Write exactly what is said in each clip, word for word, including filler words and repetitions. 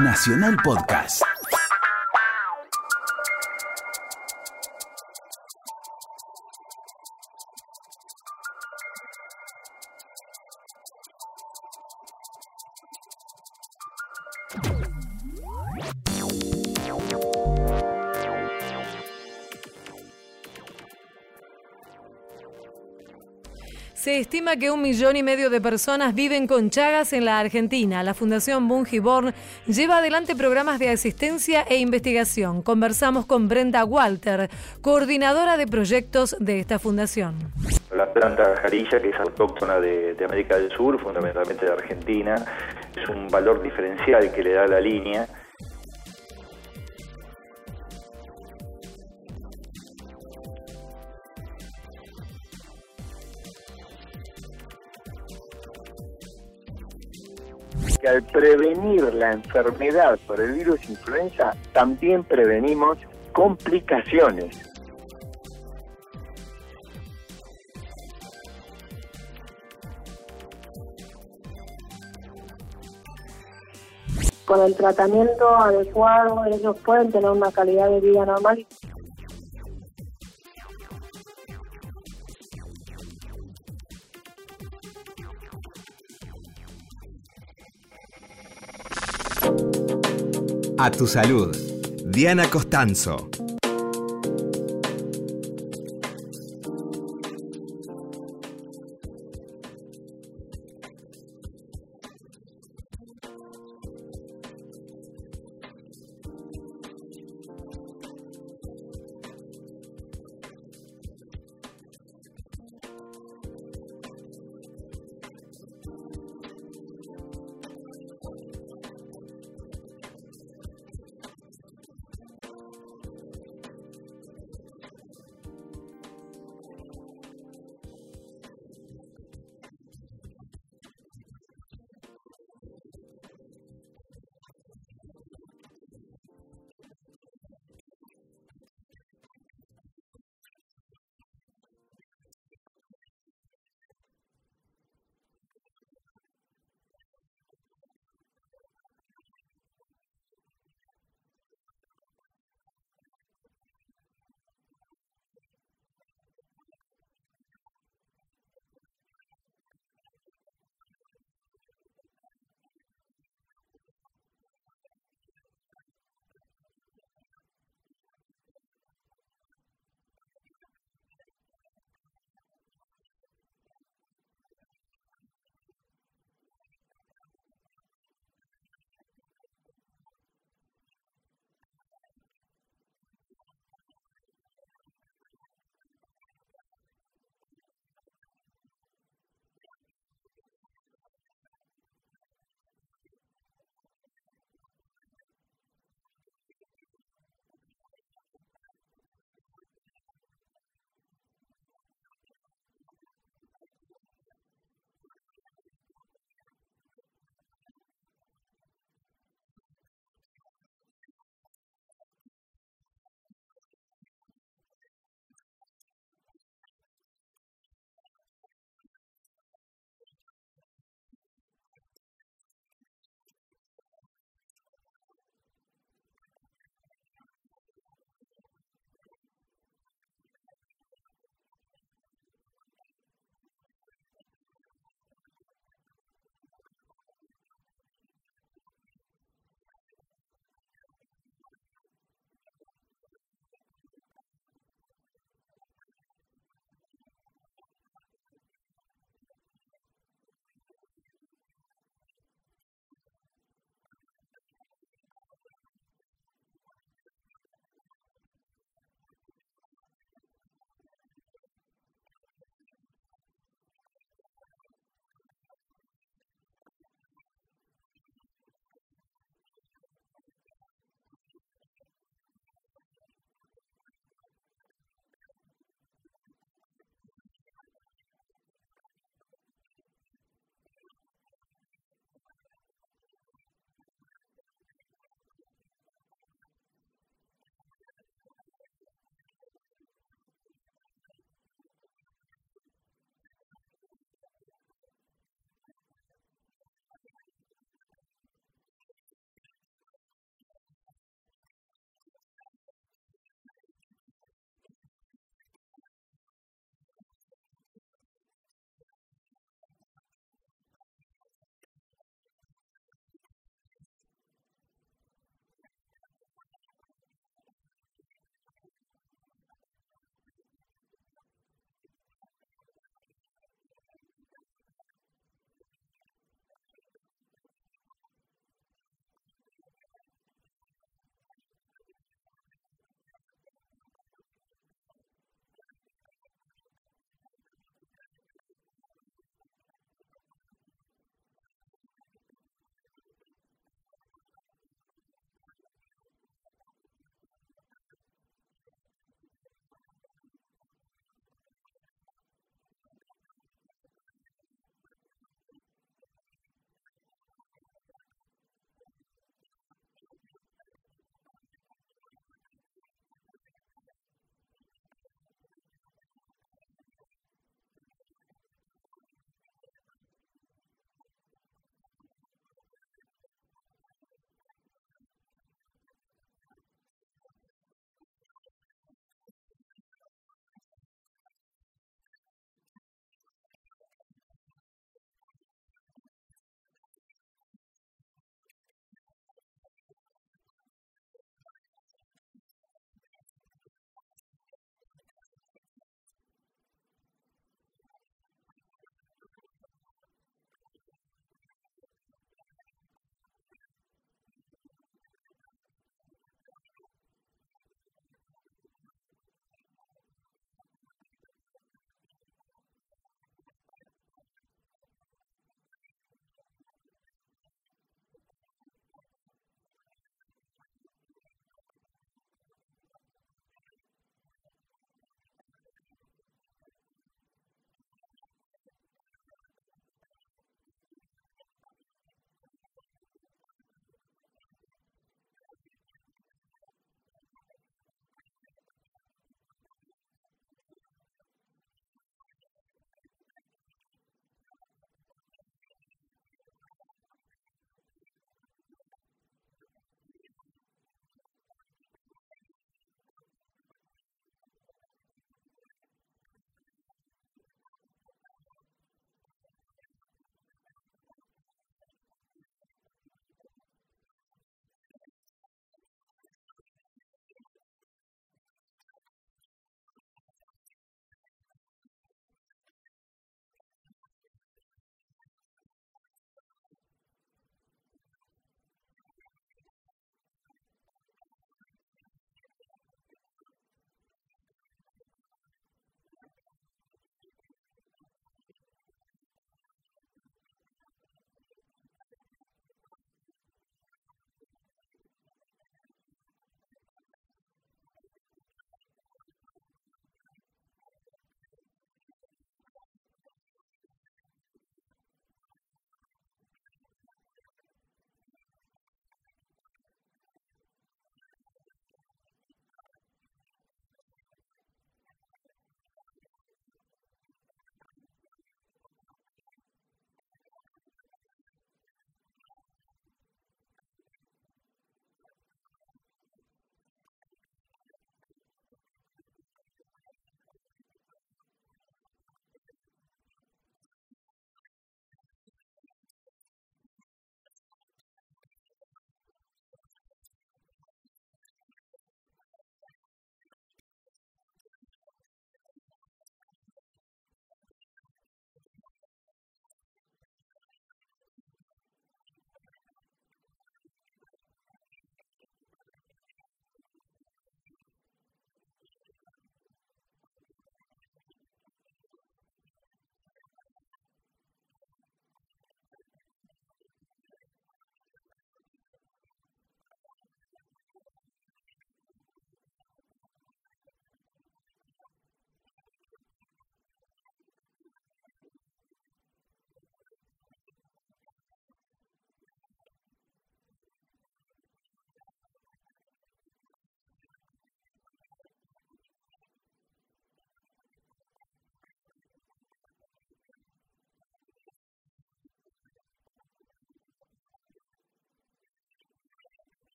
Nacional Podcast. Se estima que un millón y medio de personas viven con Chagas en la Argentina. La Fundación Bungiborn lleva adelante programas de asistencia e investigación. Conversamos con Brenda Walter, coordinadora de proyectos de esta fundación. La planta jarilla, que es autóctona de, de América del Sur, fundamentalmente de Argentina, es un valor diferencial que le da la línea. Que al prevenir la enfermedad por el virus influenza, también prevenimos complicaciones. Con el tratamiento adecuado, ellos pueden tener una calidad de vida normal. A tu salud. Diana Costanzo.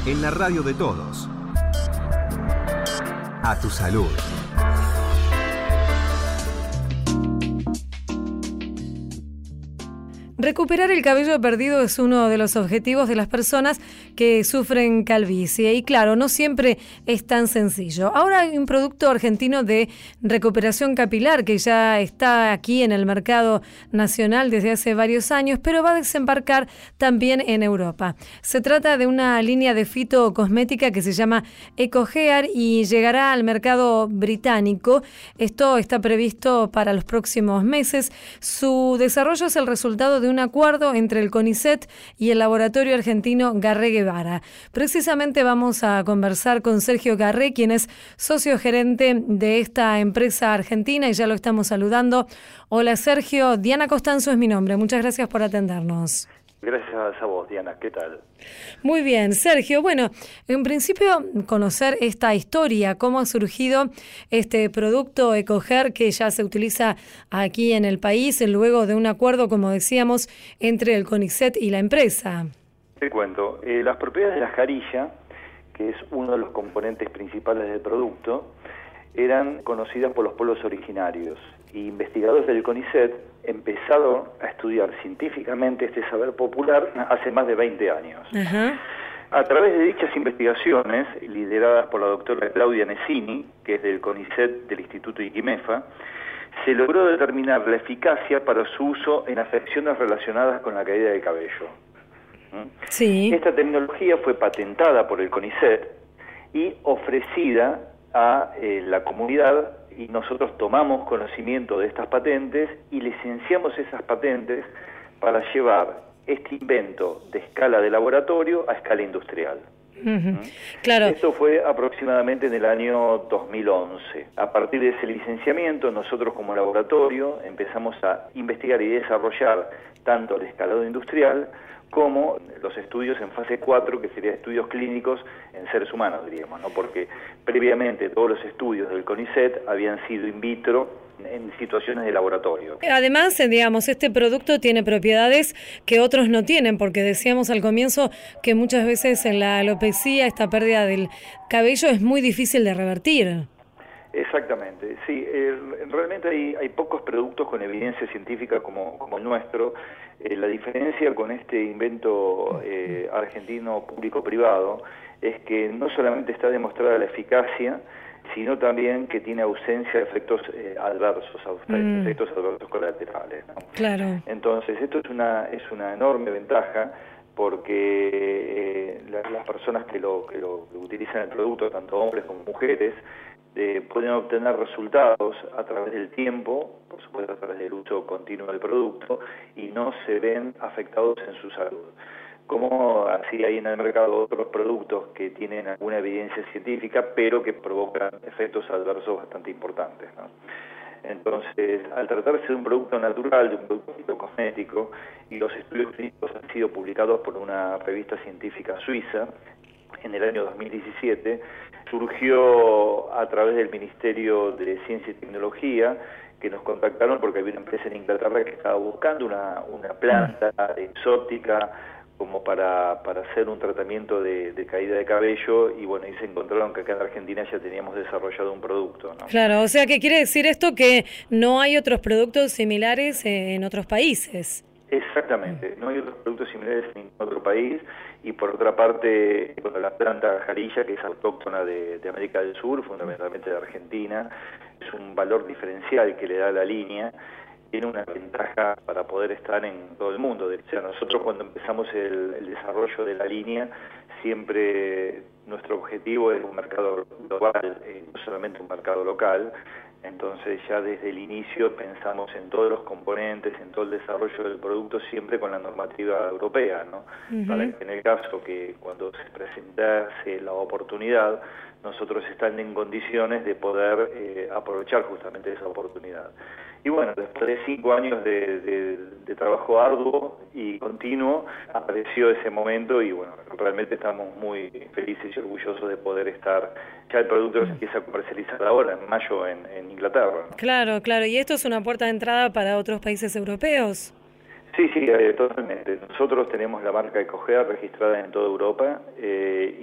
en la radio de todos. A tu salud. Recuperar el cabello perdido es uno de los objetivos de las personas que sufren calvicie y claro, no siempre es tan sencillo. Ahora hay un producto argentino de recuperación capilar que ya está aquí en el mercado nacional desde hace varios años, pero va a desembarcar también en Europa. Se trata de una línea de fitocosmética que se llama EcoHair y llegará al mercado británico. Esto está previsto para los próximos meses. Su desarrollo es el resultado de un acuerdo entre el CONICET y el laboratorio argentino Garré Guevara. Precisamente vamos a conversar con Sergio Garré, quien es socio gerente de esta empresa argentina y ya lo estamos saludando. Hola Sergio, Diana Costanzo es mi nombre. Muchas gracias por atendernos. Gracias a vos, Diana. ¿Qué tal? Muy bien, Sergio. Bueno, en principio, conocer esta historia, cómo ha surgido este producto EcoHair que ya se utiliza aquí en el país, luego de un acuerdo, como decíamos, entre el CONICET y la empresa. Te cuento. Eh, las propiedades de la jarilla, que es uno de los componentes principales del producto, eran conocidas por los pueblos originarios. Y investigadores del CONICET empezaron a estudiar científicamente este saber popular hace más de veinte años. Ajá. A través de dichas investigaciones, lideradas por la doctora Claudia Nesini, que es del CONICET del Instituto Iquimefa, se logró determinar la eficacia para su uso en afecciones relacionadas con la caída del cabello. Sí. Esta tecnología fue patentada por el CONICET y ofrecida a eh, la comunidad, y nosotros tomamos conocimiento de estas patentes y licenciamos esas patentes para llevar este invento de escala de laboratorio a escala industrial. Uh-huh. ¿Mm? Claro. Esto fue aproximadamente en el año dos mil once. A partir de ese licenciamiento, nosotros como laboratorio empezamos a investigar y desarrollar tanto el escalado industrial como los estudios en fase cuatro, que serían estudios clínicos en seres humanos, diríamos, ¿no? Porque previamente todos los estudios del CONICET habían sido in vitro en situaciones de laboratorio. Además, digamos, este producto tiene propiedades que otros no tienen, porque decíamos al comienzo que muchas veces en la alopecia esta pérdida del cabello es muy difícil de revertir. Exactamente, sí, eh, realmente hay, hay pocos productos con evidencia científica como, como el nuestro. Eh, la diferencia con este invento eh, argentino público-privado es que no solamente está demostrada la eficacia, sino también que tiene ausencia de efectos eh, adversos, mm. efectos adversos colaterales, ¿no? Claro. Entonces, esto es una, es una enorme ventaja, porque eh, las, las personas que lo, que lo que utilizan el producto, tanto hombres como mujeres, eh, pueden obtener resultados a través del tiempo, por supuesto a través del uso continuo del producto, y no se ven afectados en su salud. Como así hay en el mercado otros productos que tienen alguna evidencia científica, pero que provocan efectos adversos bastante importantes, ¿no? Entonces, al tratarse de un producto natural, de un producto fitocosmético, y los estudios clínicos han sido publicados por una revista científica suiza en el año dos mil diecisiete, surgió a través del Ministerio de Ciencia y Tecnología, que nos contactaron porque había una empresa en Inglaterra que estaba buscando una, una planta exótica como para, para hacer un tratamiento de, de caída de cabello, y bueno, y se encontraron que acá en Argentina ya teníamos desarrollado un producto, ¿no? Claro, o sea, ¿qué quiere decir esto? Que no hay otros productos similares en otros países. Exactamente, no hay otros productos similares en ningún otro país, y por otra parte, bueno, la planta jarilla, que es autóctona de, de América del Sur, fundamentalmente de Argentina, es un valor diferencial que le da a la línea, tiene una ventaja para poder estar en todo el mundo. O sea, nosotros cuando empezamos el, el desarrollo de la línea, siempre nuestro objetivo es un mercado global, eh, no solamente un mercado local. Entonces ya desde el inicio pensamos en todos los componentes, en todo el desarrollo del producto, siempre con la normativa europea, ¿no? Uh-huh. Para que en el caso que cuando se presentase la oportunidad, nosotros están en condiciones de poder eh, aprovechar justamente esa oportunidad. Y bueno, después de cinco años de, de, de trabajo arduo y continuo, apareció ese momento y bueno, realmente estamos muy felices y orgullosos de poder estar. Ya el producto se empieza a comercializar ahora, en mayo, en, en Inglaterra, ¿no? Claro, claro. ¿Y esto es una puerta de entrada para otros países europeos? Sí, sí, eh, totalmente. Nosotros tenemos la marca Ecogea registrada en toda Europa eh,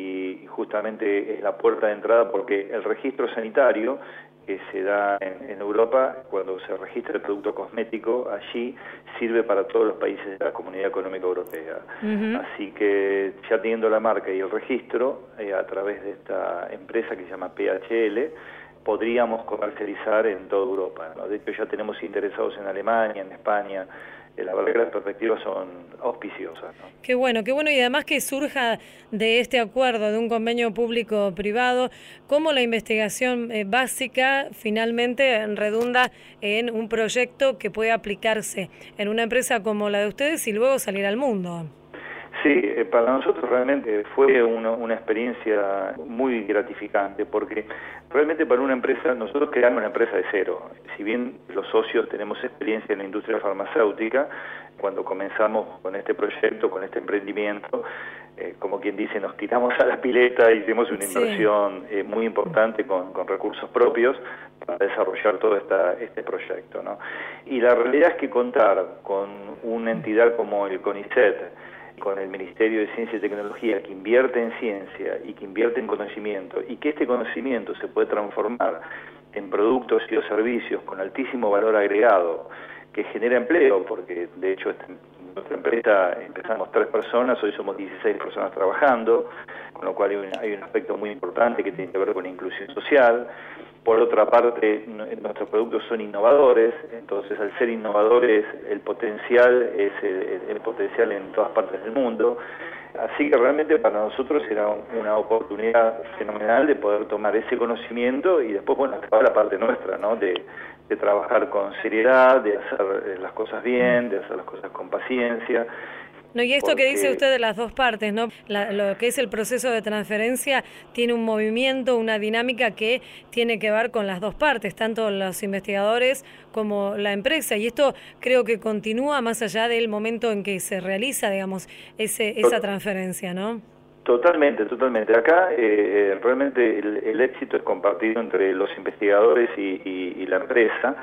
y justamente es la puerta de entrada porque el registro sanitario que se da en, en Europa, cuando se registra el producto cosmético, allí sirve para todos los países de la Comunidad Económica Europea. Uh-huh. Así que ya teniendo la marca y el registro, eh, a través de esta empresa que se llama P H L, podríamos comercializar en toda Europa, ¿no? De hecho ya tenemos interesados en Alemania, en España. La verdad que las perspectivas son auspiciosas, ¿no? Qué bueno, qué bueno, y además que surja de este acuerdo, de un convenio público-privado, cómo la investigación eh, básica finalmente redunda en un proyecto que puede aplicarse en una empresa como la de ustedes y luego salir al mundo. Sí, eh, para nosotros realmente fue una, una experiencia muy gratificante porque realmente para una empresa, nosotros creamos una empresa de cero. Si bien los socios tenemos experiencia en la industria farmacéutica, cuando comenzamos con este proyecto, con este emprendimiento, eh, como quien dice, nos tiramos a la pileta, hicimos una inversión sí. eh, muy importante con, con recursos propios para desarrollar todo esta, este proyecto, ¿no? Y la realidad es que contar con una entidad como el CONICET, con el Ministerio de Ciencia y Tecnología, que invierte en ciencia y que invierte en conocimiento, y que este conocimiento se puede transformar en productos y o servicios con altísimo valor agregado, que genera empleo, porque de hecho nuestra empresa empezamos tres personas, hoy somos dieciséis personas trabajando, con lo cual hay un, hay un aspecto muy importante que tiene que ver con la inclusión social. Por otra parte, nuestros productos son innovadores, entonces al ser innovadores el potencial es el, el potencial en todas partes del mundo. Así que realmente para nosotros era una oportunidad fenomenal de poder tomar ese conocimiento y después, bueno, toda la parte nuestra, ¿no? De, de trabajar con seriedad, de hacer las cosas bien, de hacer las cosas con paciencia. No, y esto porque... que dice usted de las dos partes, ¿no? La, lo que es el proceso de transferencia tiene un movimiento, una dinámica que tiene que ver con las dos partes, tanto los investigadores como la empresa. Y esto creo que continúa más allá del momento en que se realiza, digamos, ese, esa transferencia, ¿no? Totalmente, totalmente. Acá eh, realmente el, el éxito es compartido entre los investigadores y, y, y la empresa,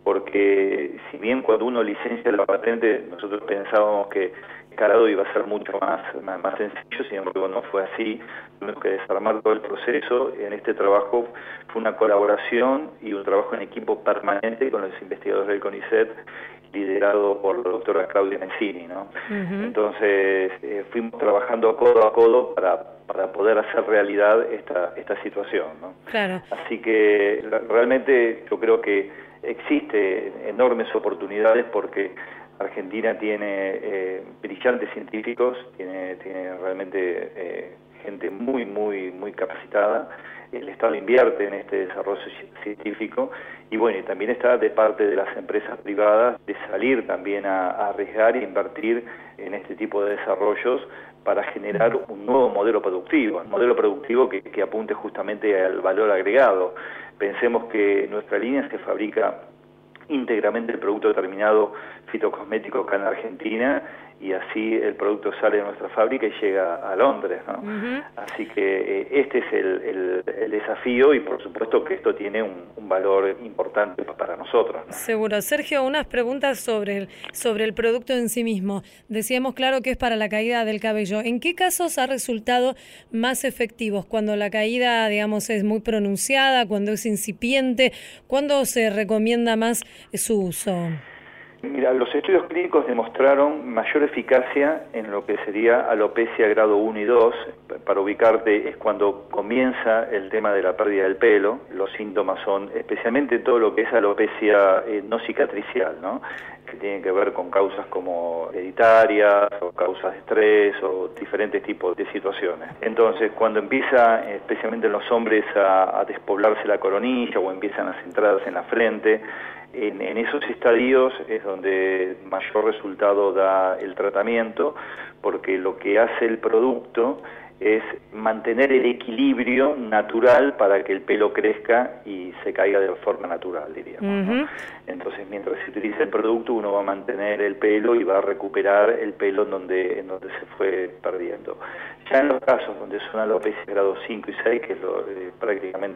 porque si bien cuando uno licencia la patente, nosotros pensábamos que Carado iba a ser mucho más, más, más sencillo, sin embargo no fue así, tuvimos que desarmar todo el proceso. En este trabajo fue una colaboración y un trabajo en equipo permanente con los investigadores del CONICET, liderado por la doctora Claudia Mencini, ¿no? Uh-huh. Entonces eh, fuimos trabajando codo a codo para, para poder hacer realidad esta, esta situación, ¿no? Claro. Así que la, realmente yo creo que existe enormes oportunidades porque Argentina tiene eh, brillantes científicos, tiene, tiene realmente eh, gente muy, muy, muy capacitada. El Estado invierte en este desarrollo científico y bueno, y también está de parte de las empresas privadas de salir también a, a arriesgar e invertir en este tipo de desarrollos para generar un nuevo modelo productivo, un modelo productivo que, que apunte justamente al valor agregado. Pensemos que nuestra línea se fabrica íntegramente el producto terminado fitocosmético acá en Argentina y así el producto sale de nuestra fábrica y llega a Londres, ¿no? Uh-huh. Así que eh, este es el, el, el desafío y por supuesto que esto tiene un, un valor importante para nosotros, ¿no? Seguro. Sergio, unas preguntas sobre el, sobre el producto en sí mismo. Decíamos claro que es para la caída del cabello. ¿En qué casos ha resultado más efectivos? ¿Cuando la caída, digamos, es muy pronunciada, cuando es incipiente? ¿Cuándo se recomienda más su uso? Mira, los estudios clínicos demostraron mayor eficacia en lo que sería alopecia grado uno y dos. Para ubicarte, es cuando comienza el tema de la pérdida del pelo. Los síntomas son especialmente todo lo que es alopecia eh, no cicatricial, ¿no? Que tienen que ver con causas como hereditarias o causas de estrés o diferentes tipos de situaciones. Entonces, cuando empieza, especialmente en los hombres, a, a despoblarse la coronilla o empiezan las entradas en la frente, En, en esos estadios es donde mayor resultado da el tratamiento, porque lo que hace el producto es mantener el equilibrio natural para que el pelo crezca y se caiga de forma natural, diríamos, uh-huh. ¿no? Entonces, mientras se utiliza el producto, uno va a mantener el pelo y va a recuperar el pelo en donde, en donde se fue perdiendo. Ya en los casos donde son alopecia grado cinco y seis, que es lo, eh, prácticamente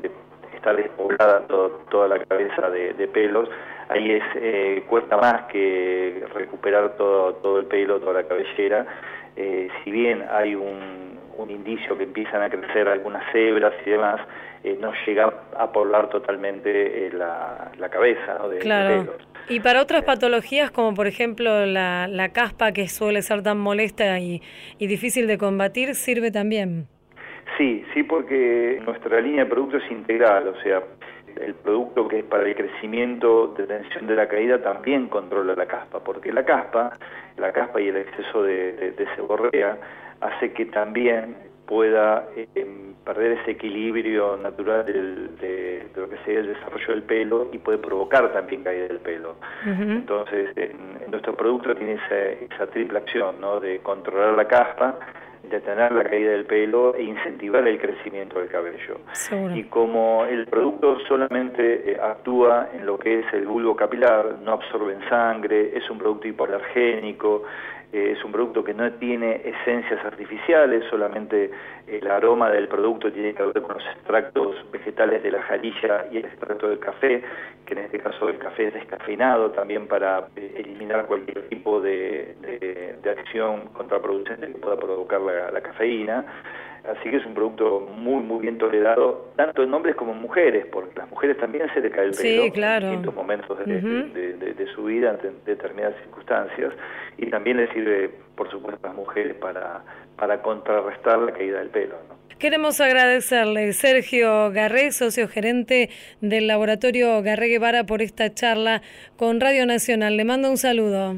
está despoblada todo, toda la cabeza de, de pelos, ahí es eh, cuesta más que recuperar todo, todo el pelo, toda la cabellera. Eh, si bien hay un, un indicio que empiezan a crecer algunas hebras y demás, eh, no llega a poblar totalmente eh, la, la cabeza, ¿no? de, claro. de pelos. Y para otras patologías, como por ejemplo la, la caspa, que suele ser tan molesta y, y difícil de combatir, ¿sirve también? Sí, sí, porque nuestra línea de producto es integral, o sea, el producto que es para el crecimiento de tensión de la caída también controla la caspa, porque la caspa, la caspa y el exceso de, de, de seborrea hace que también pueda eh, perder ese equilibrio natural del, de, de lo que sería el desarrollo del pelo y puede provocar también caída del pelo. Uh-huh. Entonces, en, en nuestro producto tiene esa, esa triple acción, ¿no? De controlar la caspa, detener la caída del pelo e incentivar el crecimiento del cabello. Seguro. Y como el producto solamente eh, actúa en lo que es el bulbo capilar, no absorbe en sangre, es un producto hipoalergénico, eh, es un producto que no tiene esencias artificiales, solamente el aroma del producto tiene que ver con los extractos vegetales de la jarilla y el extracto del café, que en este caso el café es descafeinado también para eh, eliminar cualquier tipo de, de, de acción contraproducente que pueda provocar la, la cafeína. Así que es un producto muy muy bien tolerado, tanto en hombres como en mujeres, porque a las mujeres también se le cae el pelo sí, claro. en distintos momentos de, uh-huh. de, de, de su vida, en determinadas circunstancias, y también le sirve, por supuesto, a las mujeres para, para contrarrestar la caída del pelo, ¿no? Queremos agradecerle, Sergio Garré, socio gerente del laboratorio Garré Guevara, por esta charla con Radio Nacional. Le mando un saludo.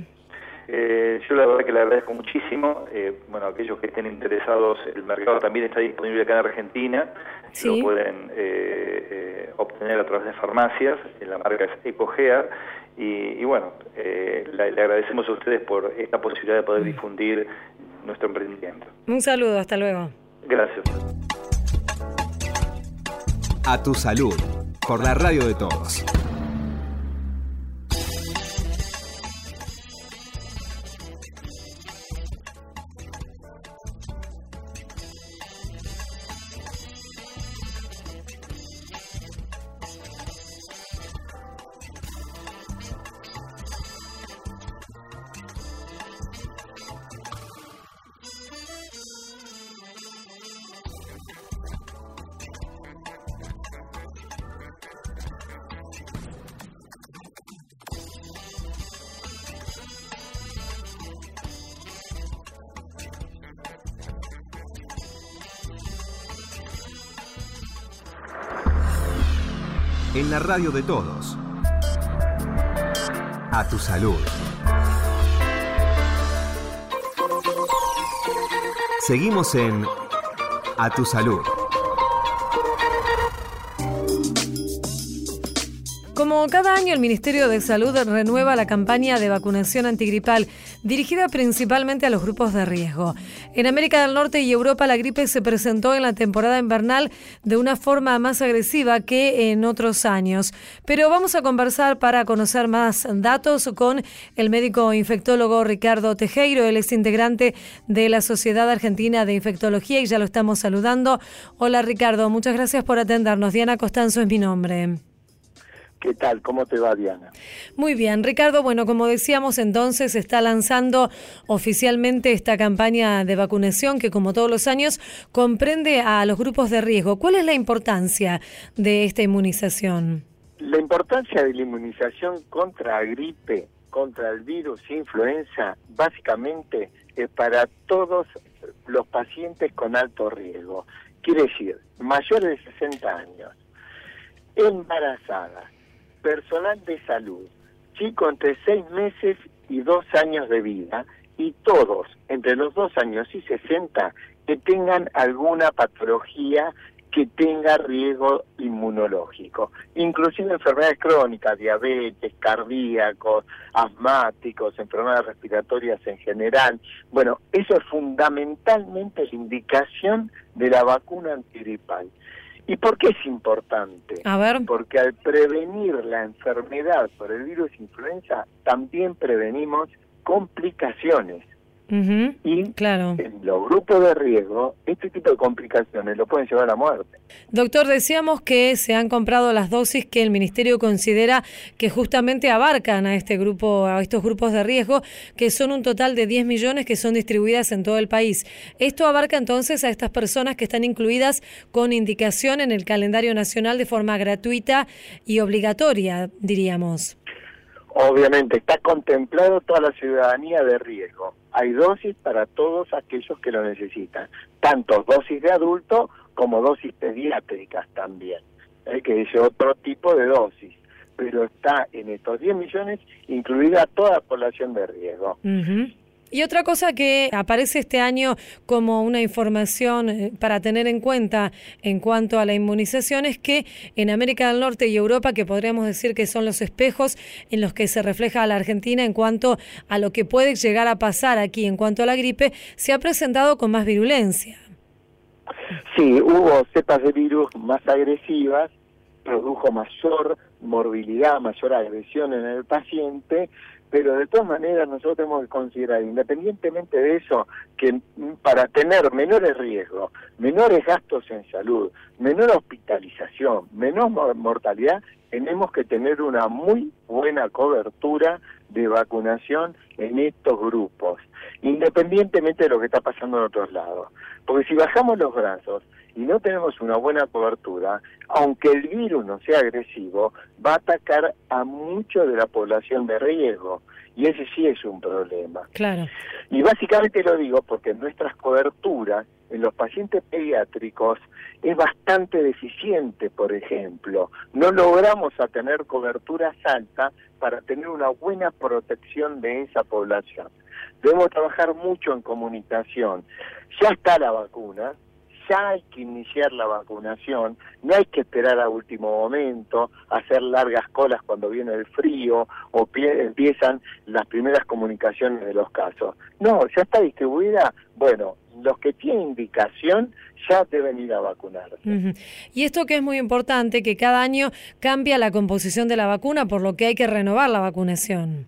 Eh, yo la verdad que le agradezco muchísimo. Eh, bueno, aquellos que estén interesados, el mercado también está disponible acá en Argentina. ¿Sí? Lo pueden eh, eh, obtener a través de farmacias. La marca es EcoGear. Y, y bueno, eh, le, le agradecemos a ustedes por esta posibilidad de poder difundir nuestro emprendimiento. Un saludo, hasta luego. Gracias. A tu salud, por la radio de todos. En la radio de todos. A tu salud. Seguimos en A tu salud. Como cada año, el Ministerio de Salud renueva la campaña de vacunación antigripal dirigida principalmente a los grupos de riesgo. En América del Norte y Europa, la gripe se presentó en la temporada invernal de una forma más agresiva que en otros años. Pero vamos a conversar para conocer más datos con el médico infectólogo Ricardo Tejero. Él es integrante de la Sociedad Argentina de Infectología y ya lo estamos saludando. Hola, Ricardo, muchas gracias por atendernos. Diana Costanzo es mi nombre. ¿Qué tal? ¿Cómo te va, Diana? Muy bien, Ricardo. Bueno, como decíamos, entonces se está lanzando oficialmente esta campaña de vacunación que, como todos los años, comprende a los grupos de riesgo. ¿Cuál es la importancia de esta inmunización? La importancia de la inmunización contra gripe, contra el virus influenza, básicamente es para todos los pacientes con alto riesgo. Quiere decir, mayores de sesenta años, embarazadas, personal de salud, chico entre seis meses y dos años de vida, y todos entre los dos años y sesenta que tengan alguna patología que tenga riesgo inmunológico, inclusive enfermedades crónicas, diabetes, cardíacos, asmáticos, enfermedades respiratorias en general. Bueno, eso es fundamentalmente la indicación de la vacuna antigripal. ¿Y por qué es importante? A ver. Porque al prevenir la enfermedad por el virus influenza, también prevenimos complicaciones. Uh-huh. Y claro. en los grupos de riesgo, este tipo de complicaciones lo pueden llevar a la muerte. Doctor, decíamos que se han comprado las dosis que el Ministerio considera que justamente abarcan a este grupo, a estos grupos de riesgo, que son un total de diez millones que son distribuidas en todo el país. Esto abarca entonces a estas personas que están incluidas con indicación en el calendario nacional de forma gratuita y obligatoria, diríamos. Obviamente, está contemplado toda la ciudadanía de riesgo. Hay dosis para todos aquellos que lo necesitan, tanto dosis de adulto como dosis pediátricas también, ¿eh? que es otro tipo de dosis, pero está en estos diez millones incluida toda la población de riesgo. Uh-huh. Y otra cosa que aparece este año como una información para tener en cuenta en cuanto a la inmunización es que en América del Norte y Europa, que podríamos decir que son los espejos en los que se refleja a la Argentina en cuanto a lo que puede llegar a pasar aquí en cuanto a la gripe, se ha presentado con más virulencia. Sí, hubo cepas de virus más agresivas, produjo mayor morbilidad, mayor agresión en el paciente, pero de todas maneras nosotros tenemos que considerar, independientemente de eso, que para tener menores riesgos, menores gastos en salud, menor hospitalización, menor mortalidad, tenemos que tener una muy buena cobertura de vacunación en estos grupos, independientemente de lo que está pasando en otros lados. Porque si bajamos los brazos y no tenemos una buena cobertura, aunque el virus no sea agresivo, va a atacar a mucho de la población de riesgo, y ese sí es un problema. Claro. Y básicamente lo digo porque nuestras coberturas en los pacientes pediátricos es bastante deficiente, por ejemplo. No logramos a tener coberturas altas para tener una buena protección de esa población. Debemos trabajar mucho en comunicación. Ya está la vacuna, ya hay que iniciar la vacunación, no hay que esperar a último momento, hacer largas colas cuando viene el frío o pie, empiezan las primeras comunicaciones de los casos. No, ya está distribuida, bueno, los que tienen indicación ya deben ir a vacunarse. Uh-huh. Y esto que es muy importante, que cada año cambia la composición de la vacuna, por lo que hay que renovar la vacunación.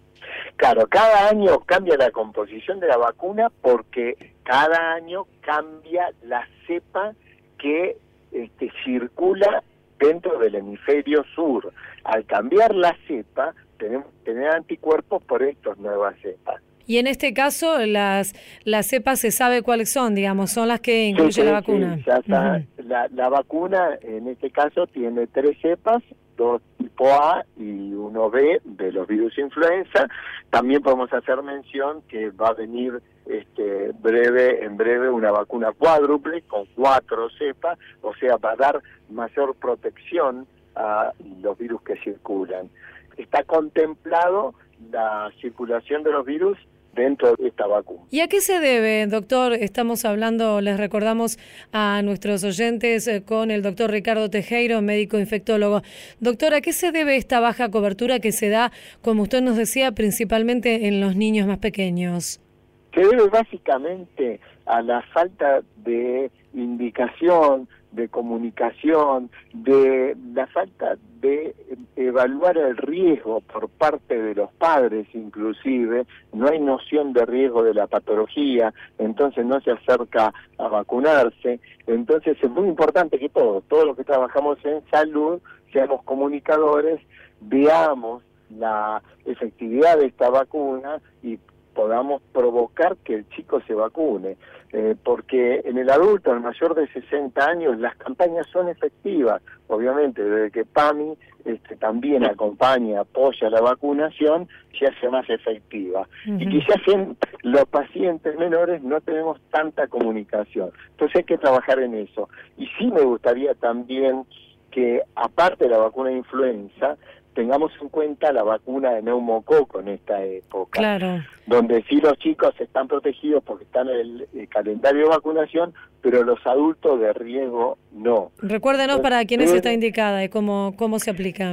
Claro, cada año cambia la composición de la vacuna porque cada año cambia la cepa que este, circula dentro del hemisferio sur. Al cambiar la cepa, tenemos que tener anticuerpos por estas nuevas cepas. Y en este caso, las las cepas se sabe cuáles son, digamos, son las que incluye sí, sí, la vacuna. Sí, ya está. Uh-huh. la, la vacuna, en este caso, tiene tres cepas, dos tipo A y uno B de los virus influenza. También podemos hacer mención que va a venir este breve en breve una vacuna cuádruple con cuatro cepas, o sea, va a dar mayor protección a los virus que circulan. Está contemplado la circulación de los virus dentro de esta vacuna. ¿Y a qué se debe, doctor? Estamos hablando, les recordamos a nuestros oyentes, eh, con el doctor Ricardo Tejero, médico infectólogo. Doctor, ¿a qué se debe esta baja cobertura que se da, como usted nos decía, principalmente en los niños más pequeños? Se debe básicamente a la falta de indicación, de comunicación, de la falta de evaluar el riesgo por parte de los padres inclusive. No hay noción de riesgo de la patología, entonces no se acerca a vacunarse. Entonces es muy importante que todos, todos los que trabajamos en salud, seamos comunicadores, veamos la efectividad de esta vacuna y podamos provocar que el chico se vacune, eh, porque en el adulto, el mayor de sesenta años, las campañas son efectivas, obviamente, desde que PAMI este, también acompaña, apoya la vacunación, se hace más efectiva. Uh-huh. Y quizás en los pacientes menores no tenemos tanta comunicación, entonces hay que trabajar en eso. Y sí me gustaría también que, aparte de la vacuna de influenza, tengamos en cuenta la vacuna de neumococo en esta época, claro, donde sí los chicos están protegidos porque están en el, el calendario de vacunación, pero los adultos de riesgo no. Recuérdenos Entonces, para quiénes está indicada y cómo, cómo se aplica.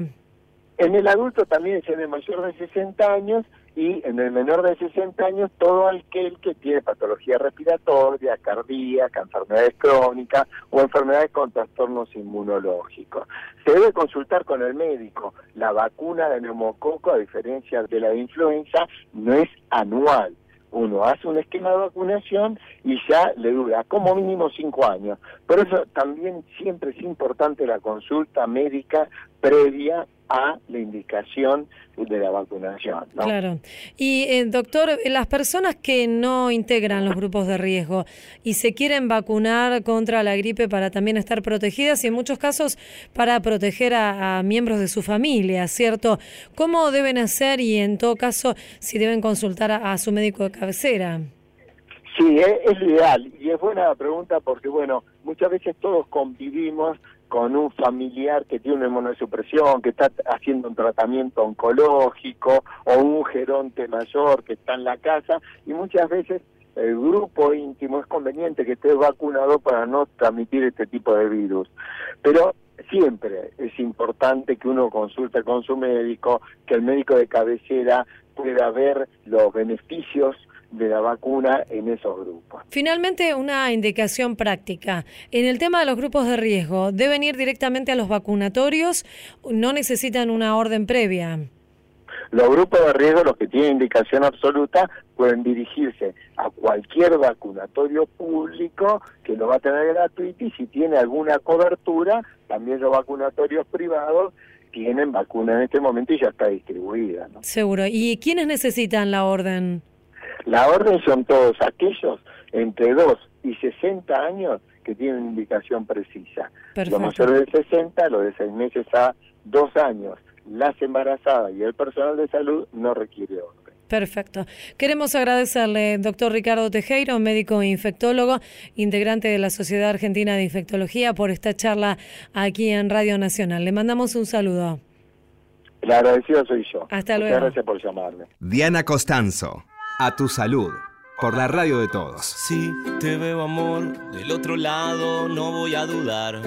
En el adulto también es en el mayor de sesenta años y en el menor de sesenta años todo aquel que tiene patología respiratoria, cardíaca, enfermedades crónicas o enfermedades con trastornos inmunológicos. Se debe consultar con el médico. La vacuna de neumococo, a diferencia de la de influenza, no es anual. uno hace un esquema de vacunación y ya le dura como mínimo cinco años. Por eso también siempre es importante la consulta médica previa a la indicación de la vacunación, ¿no? Claro. Y, eh, doctor, las personas que no integran los grupos de riesgo y se quieren vacunar contra la gripe para también estar protegidas y en muchos casos para proteger a, a miembros de su familia, ¿cierto? ¿Cómo deben hacer y en todo caso si deben consultar a, a su médico de cabecera? Sí, es, es lo ideal y es buena la pregunta porque, bueno, muchas veces todos convivimos con un familiar que tiene una inmunosupresión, que está haciendo un tratamiento oncológico, o un geronte mayor que está en la casa, y muchas veces el grupo íntimo es conveniente que esté vacunado para no transmitir este tipo de virus. Pero siempre es importante que uno consulte con su médico, que el médico de cabecera pueda ver los beneficios de la vacuna en esos grupos. Finalmente, una indicación práctica. En el tema de los grupos de riesgo, ¿deben ir directamente a los vacunatorios? ¿No necesitan una orden previa? Los grupos de riesgo, los que tienen indicación absoluta, pueden dirigirse a cualquier vacunatorio público que lo va a tener gratuito, y si tiene alguna cobertura, también los vacunatorios privados tienen vacuna en este momento y ya está distribuida, ¿no? Seguro. ¿Y quiénes necesitan la orden? La orden son todos aquellos entre dos y sesenta años que tienen indicación precisa. Perfecto. Los mayores de sesenta, los de seis meses a dos años, las embarazadas y el personal de salud no requiere orden. Perfecto. Queremos agradecerle, doctor Ricardo Tejero, médico infectólogo, integrante de la Sociedad Argentina de Infectología, por esta charla aquí en Radio Nacional. Le mandamos un saludo. El agradecido soy yo. Hasta luego. Muchas gracias por llamarme. Diana Costanzo, a tu salud, por la radio de todos. Si te veo, amor, del otro lado, no voy a dudar.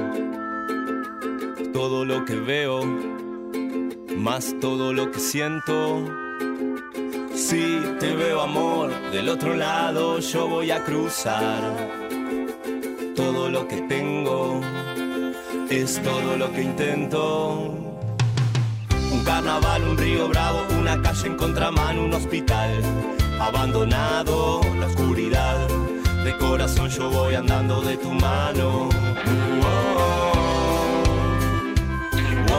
Todo lo que veo, más todo lo que siento. Si te veo, amor, del otro lado, yo voy a cruzar. Todo lo que tengo es todo lo que intento. Un carnaval, un río bravo, una calle en contramano, un hospital abandonado, la oscuridad. De corazón yo voy andando de tu mano. Oh, oh,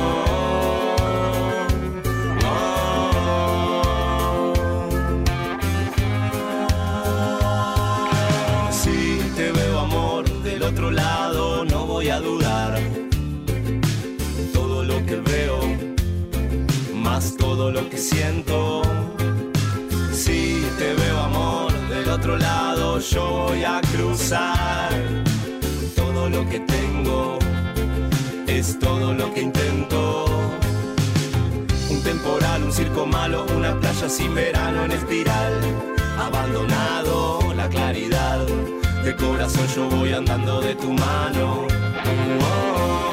oh. Si te veo, amor, del otro lado, no voy a dudar. Todo lo que veo, más todo lo que siento. Si te veo, amor, del otro lado, yo voy a cruzar. Todo lo que tengo es todo lo que intento. Un temporal, un circo malo, una playa sin verano en espiral. Abandonado, la claridad. De corazón yo voy andando de tu mano. Oh,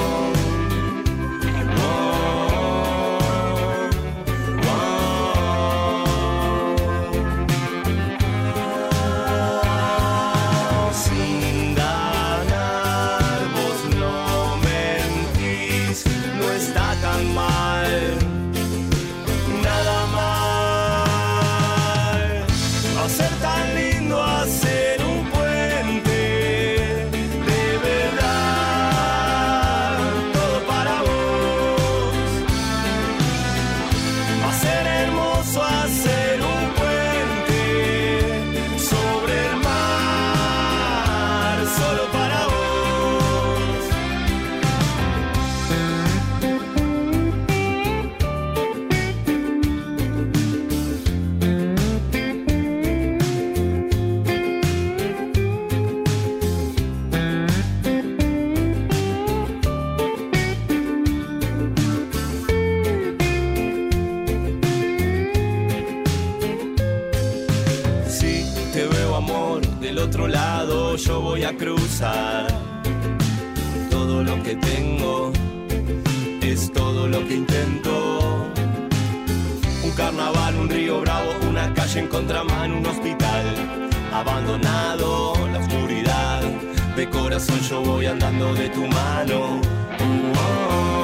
yo voy a cruzar. Todo lo que tengo es todo lo que intento. Un carnaval, un río bravo, una calle en contramano, un hospital abandonado, la oscuridad. De corazón yo voy andando de tu mano. Oh,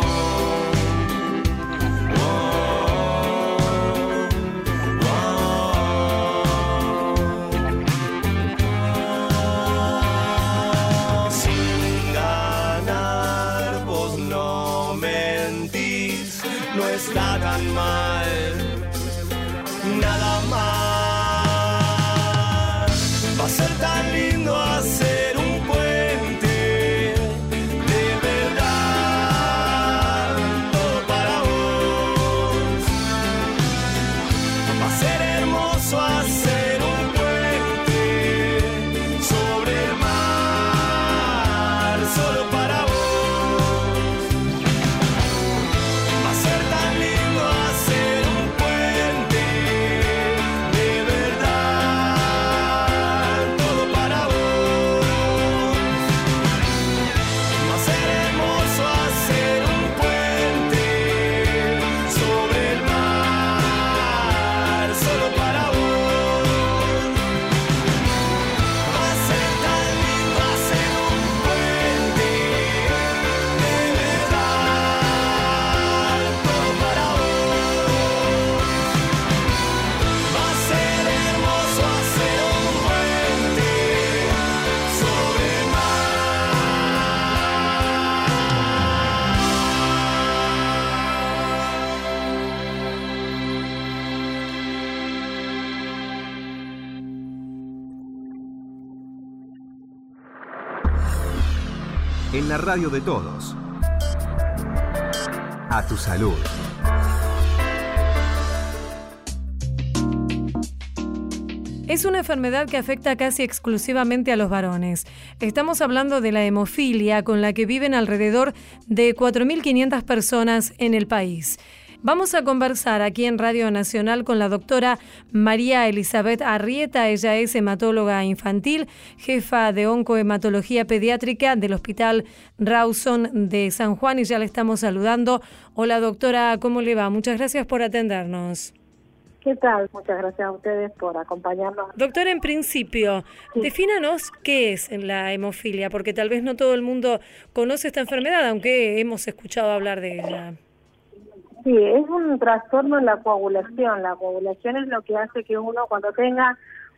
oh, oh, oh. en la radio de todos. A tu salud. Es una enfermedad que afecta casi exclusivamente a los varones. Estamos hablando de la hemofilia, con la que viven alrededor de cuatro mil quinientas personas en el país. Vamos a conversar aquí en Radio Nacional con la doctora María Elizabeth Arrieta. Ella es hematóloga infantil, jefa de oncohematología pediátrica del Hospital Rawson de San Juan, y ya le estamos saludando. Hola doctora, ¿cómo le va? Muchas gracias por atendernos. ¿Qué tal? Muchas gracias a ustedes por acompañarnos. Doctora, en principio, sí. defínanos qué es la hemofilia, porque tal vez no todo el mundo conoce esta enfermedad, aunque hemos escuchado hablar de ella. Sí, es un trastorno en la coagulación. La coagulación es lo que hace que uno, cuando tenga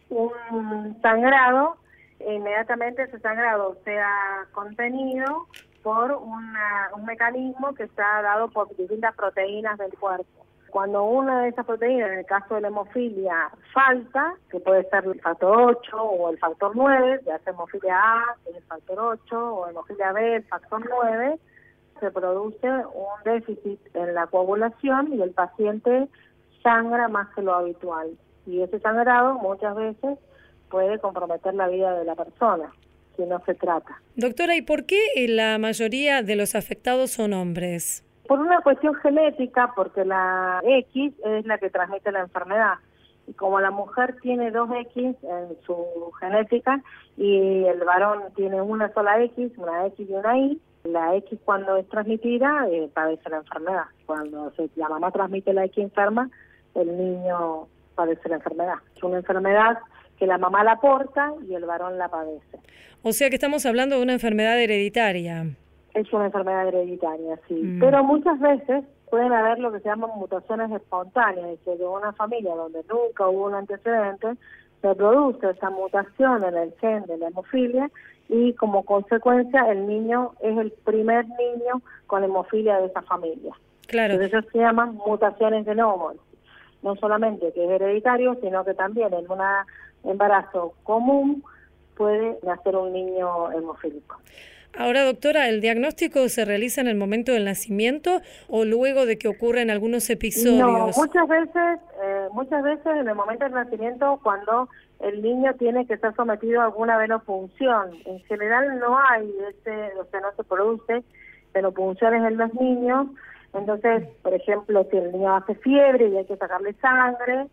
un sangrado, inmediatamente ese sangrado sea contenido por una, un mecanismo que está dado por distintas proteínas del cuerpo. Cuando una de esas proteínas, en el caso de la hemofilia, falta, que puede ser el factor ocho o el factor nueve, ya sea hemofilia A, que es el factor ocho, o hemofilia B, el factor nueve, se produce un déficit en la coagulación y el paciente sangra más que lo habitual. Y ese sangrado muchas veces puede comprometer la vida de la persona, si no se trata. Doctora, ¿y por qué la mayoría de los afectados son hombres? Por una cuestión genética, porque la X es la que transmite la enfermedad. Y como la mujer tiene dos X en su genética y el varón tiene una sola X, una X y una Y, la X cuando es transmitida eh, padece la enfermedad. Cuando se, la mamá transmite la X enferma, el niño padece la enfermedad. Es una enfermedad que la mamá la porta y el varón la padece. O sea que estamos hablando de una enfermedad hereditaria. Es una enfermedad hereditaria, sí. Mm. Pero muchas veces pueden haber lo que se llaman mutaciones espontáneas, es decir, de una familia donde nunca hubo un antecedente, se produce esa mutación en el gen de la hemofilia y como consecuencia el niño es el primer niño con hemofilia de esa familia. Claro. Entonces eso se llaman mutaciones de novo. No solamente que es hereditario, sino que también en un embarazo común puede nacer un niño hemofílico. Ahora, doctora, ¿el diagnóstico se realiza en el momento del nacimiento o luego de que ocurren algunos episodios? No, muchas veces, eh, muchas veces en el momento del nacimiento, cuando el niño tiene que ser sometido a alguna venopunción. En general no hay, ese, o sea, no se produce venopunciones en los niños. Entonces, por ejemplo, si el niño hace fiebre y hay que sacarle sangre,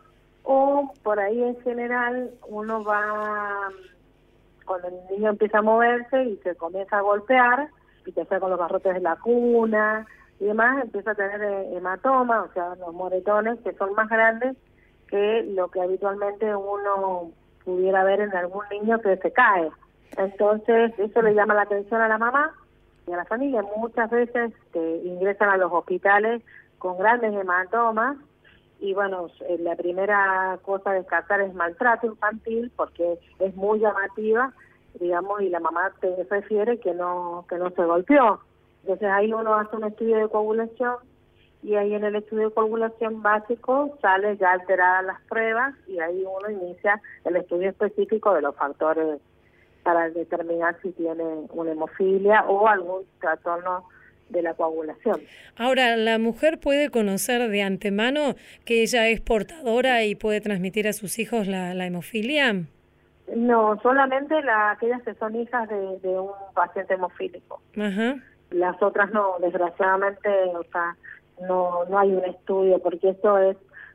o por ahí en general uno va... Cuando el niño empieza a moverse y se comienza a golpear, y que sea con los barrotes de la cuna y demás, empieza a tener hematoma, o sea, los moretones que son más grandes que lo que habitualmente uno pudiera ver en algún niño que se cae. Entonces, eso le llama la atención a la mamá y a la familia. Muchas veces este, ingresan a los hospitales con grandes hematomas. Y bueno, la primera cosa a descartar es maltrato infantil porque es muy llamativa, digamos, y la mamá te refiere que no que no se golpeó. Entonces ahí uno hace un estudio de coagulación y ahí en el estudio de coagulación básico sale ya alteradas las pruebas y ahí uno inicia el estudio específico de los factores para determinar si tiene una hemofilia o algún trastorno de la coagulación. Ahora, ¿la mujer puede conocer de antemano que ella es portadora y puede transmitir a sus hijos la, la hemofilia? No, solamente la, aquellas que son hijas de, de un paciente hemofílico. Ajá. Las otras no, desgraciadamente, o sea, no no hay un estudio, porque esto es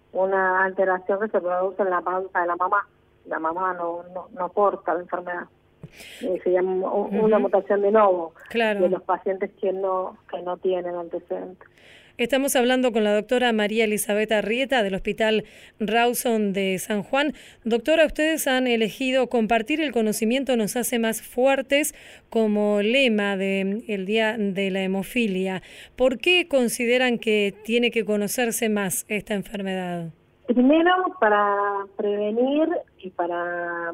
una alteración que se produce en la panza de la mamá. La mamá no, no, no porta la enfermedad. Eh, se llama uh-huh. una mutación de novo, claro, de los pacientes que no que no tienen antecedentes. Estamos hablando con la doctora María Elizabeth Arrieta del Hospital Rawson de San Juan. Doctora, ustedes han elegido compartir el conocimiento nos hace más fuertes como lema del Día de la Hemofilia. ¿Por qué consideran que tiene que conocerse más esta enfermedad? Primero, para prevenir y para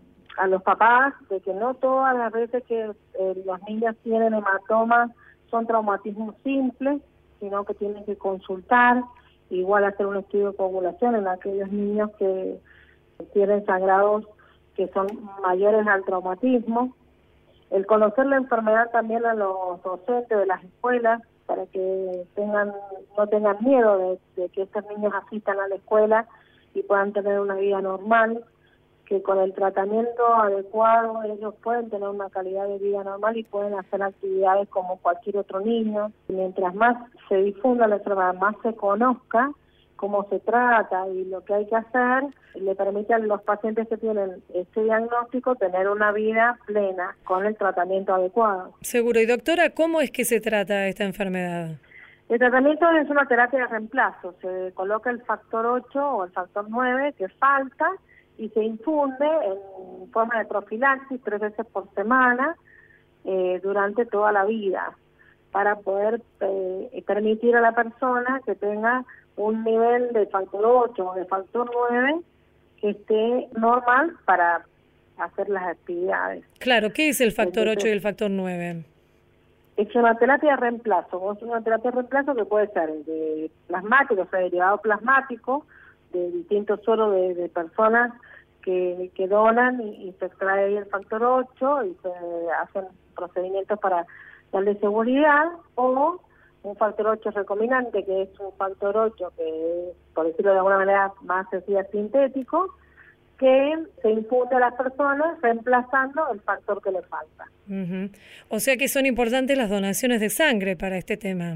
a los papás de que no todas las veces que eh, los niños tienen hematomas son traumatismos simples, sino que tienen que consultar, igual hacer un estudio de coagulación en aquellos niños que tienen sangrados que son mayores al traumatismo, El conocer la enfermedad también a los docentes de las escuelas, para que tengan no tengan miedo de, de que estos niños asistan a la escuela y puedan tener una vida normal, que con el tratamiento adecuado ellos pueden tener una calidad de vida normal y pueden hacer actividades como cualquier otro niño. Mientras más se difunda la enfermedad, más se conozca cómo se trata y lo que hay que hacer, le permite a los pacientes que tienen este diagnóstico tener una vida plena con el tratamiento adecuado. Seguro. Y doctora, ¿cómo es que se trata esta enfermedad? El tratamiento es una terapia de reemplazo. Se coloca el factor ocho o el factor nueve que falta y se infunde en forma de profilaxis tres veces por semana eh, durante toda la vida, para poder eh, permitir a la persona que tenga un nivel de factor ocho o de factor nueve que esté normal para hacer las actividades. Claro, ¿qué es el factor Entonces, ocho y el factor nueve? Es una terapia de reemplazo. Es una terapia de reemplazo que puede ser de plasmático, o sea, derivado plasmático, de distintos sueros de, de personas que, que donan y, y se extrae ahí el factor ocho y se hacen procedimientos para darle seguridad, o un factor ocho recombinante, que es un factor ocho que, por decirlo de alguna manera más sencilla, sintético, que se infunde a las personas reemplazando el factor que le falta. Uh-huh. O sea que son importantes las donaciones de sangre para este tema.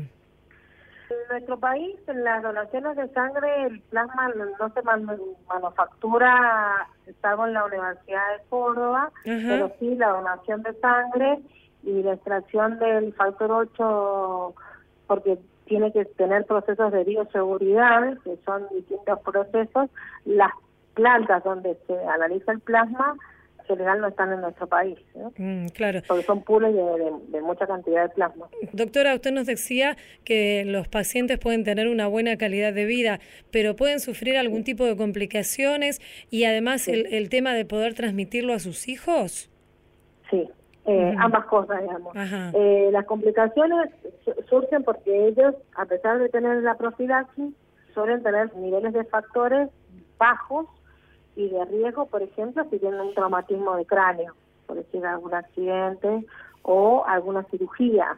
En nuestro país, en las donaciones de sangre, el plasma no se man- manufactura, salvo en la Universidad de Córdoba, uh-huh. pero sí la donación de sangre y la extracción del factor ocho, porque tiene que tener procesos de bioseguridad, que son distintos procesos. Las plantas donde se analiza el plasma en general no están en nuestro país, ¿no? Mm, claro. Porque son pools de, de, de mucha cantidad de plasma. Doctora, usted nos decía que los pacientes pueden tener una buena calidad de vida, pero pueden sufrir algún tipo de complicaciones y además sí. el, el tema de poder transmitirlo a sus hijos. Sí, eh, uh-huh. ambas cosas, digamos. Eh, las complicaciones surgen porque ellos, a pesar de tener la profilaxis, suelen tener niveles de factores bajos y de riesgo, por ejemplo, si tienen un traumatismo de cráneo, por decir algún accidente o alguna cirugía.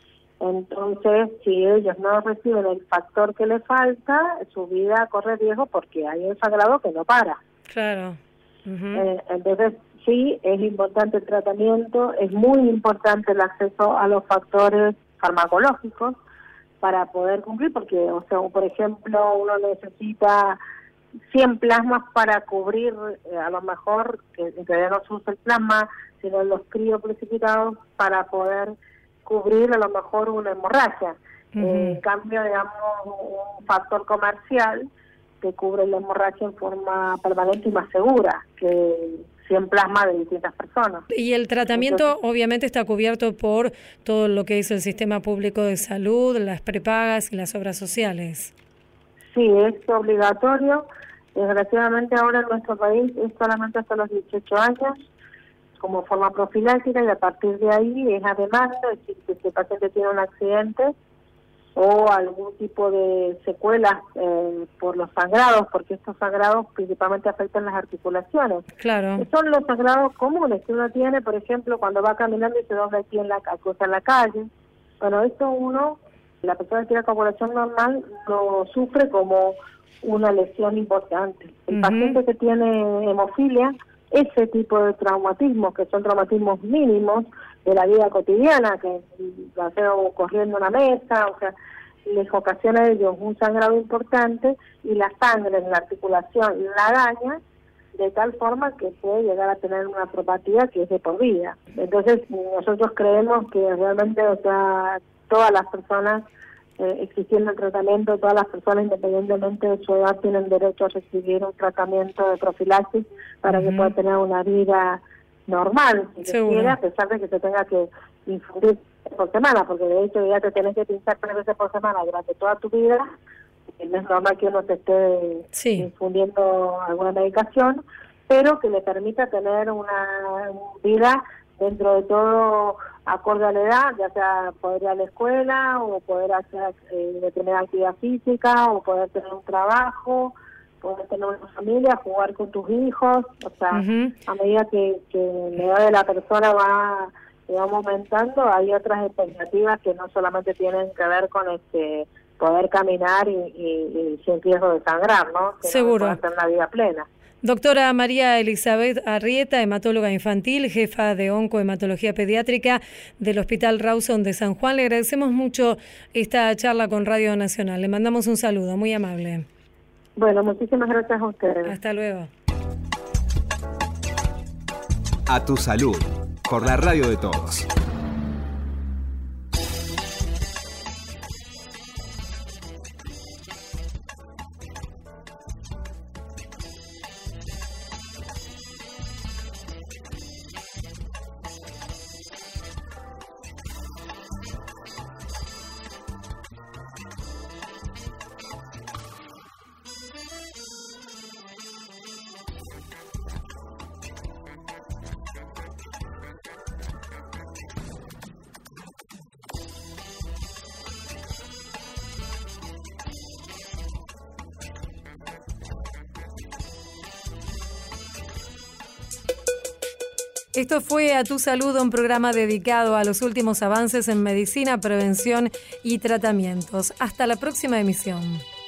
Entonces, si ellos no reciben el factor que les falta, su vida corre riesgo porque hay un sangrado que no para. Claro. Uh-huh. Eh, entonces, sí, es importante el tratamiento, es muy importante el acceso a los factores farmacológicos para poder cumplir, porque, o sea, por ejemplo, uno necesita cien plasmas para cubrir, eh, a lo mejor, que en realidad no se usa el plasma, sino los crioprecipitados para poder cubrir a lo mejor una hemorragia. Uh-huh. Eh, en cambio, digamos, un factor comercial que cubre la hemorragia en forma permanente y más segura que cien plasmas de distintas personas. Y el tratamiento Entonces, obviamente está cubierto por todo lo que es el sistema público de salud, las prepagas y las obras sociales. Sí, es obligatorio. Desgraciadamente ahora en nuestro país es solamente hasta los dieciocho años como forma profiláctica, y a partir de ahí es a demanda, es decir, que si el paciente tiene un accidente o algún tipo de secuelas eh, por los sangrados, porque estos sangrados principalmente afectan las articulaciones. Claro. Son los sangrados comunes que uno tiene, por ejemplo, cuando va caminando y se dobla aquí en la, cosa en la calle. Bueno, esto uno, la persona que tiene coagulación normal, lo sufre como una lesión importante. El uh-huh. paciente que tiene hemofilia, ese tipo de traumatismos, que son traumatismos mínimos de la vida cotidiana, que va corriendo una mesa, o sea, les ocasiona a ellos un sangrado importante y la sangre en la articulación la daña de tal forma que puede llegar a tener una artropatía que es de por vida. Entonces, nosotros creemos que realmente, o sea, todas las personas, eh, existiendo el tratamiento, todas las personas, independientemente de su edad, tienen derecho a recibir un tratamiento de profilaxis para uh-huh. que puedan tener una vida normal, si se quiere, a pesar de que se tenga que infundir por semana, porque de hecho ya te tienes que pinchar tres veces por semana durante toda tu vida. No es normal que uno te esté sí. infundiendo alguna medicación, pero que le permita tener una vida dentro de todo acorde a la edad, ya sea poder ir a la escuela o poder hacer eh, determinada actividad física o poder tener un trabajo, poder tener una familia, jugar con tus hijos, o sea, uh-huh. a medida que, que la edad de la persona va y va aumentando, hay otras expectativas que no solamente tienen que ver con este poder caminar y, y, y sin riesgo de sangrar, ¿no? Sino Seguro. poder tener una vida plena. Doctora María Elizabeth Arrieta, hematóloga infantil, jefa de oncohematología pediátrica del Hospital Rawson de San Juan, le agradecemos mucho esta charla con Radio Nacional. Le mandamos un saludo, muy amable. Bueno, muchísimas gracias a ustedes. Hasta luego. A tu salud, por la radio de todos. Esto fue A Tu Salud, un programa dedicado a los últimos avances en medicina, prevención y tratamientos. Hasta la próxima emisión.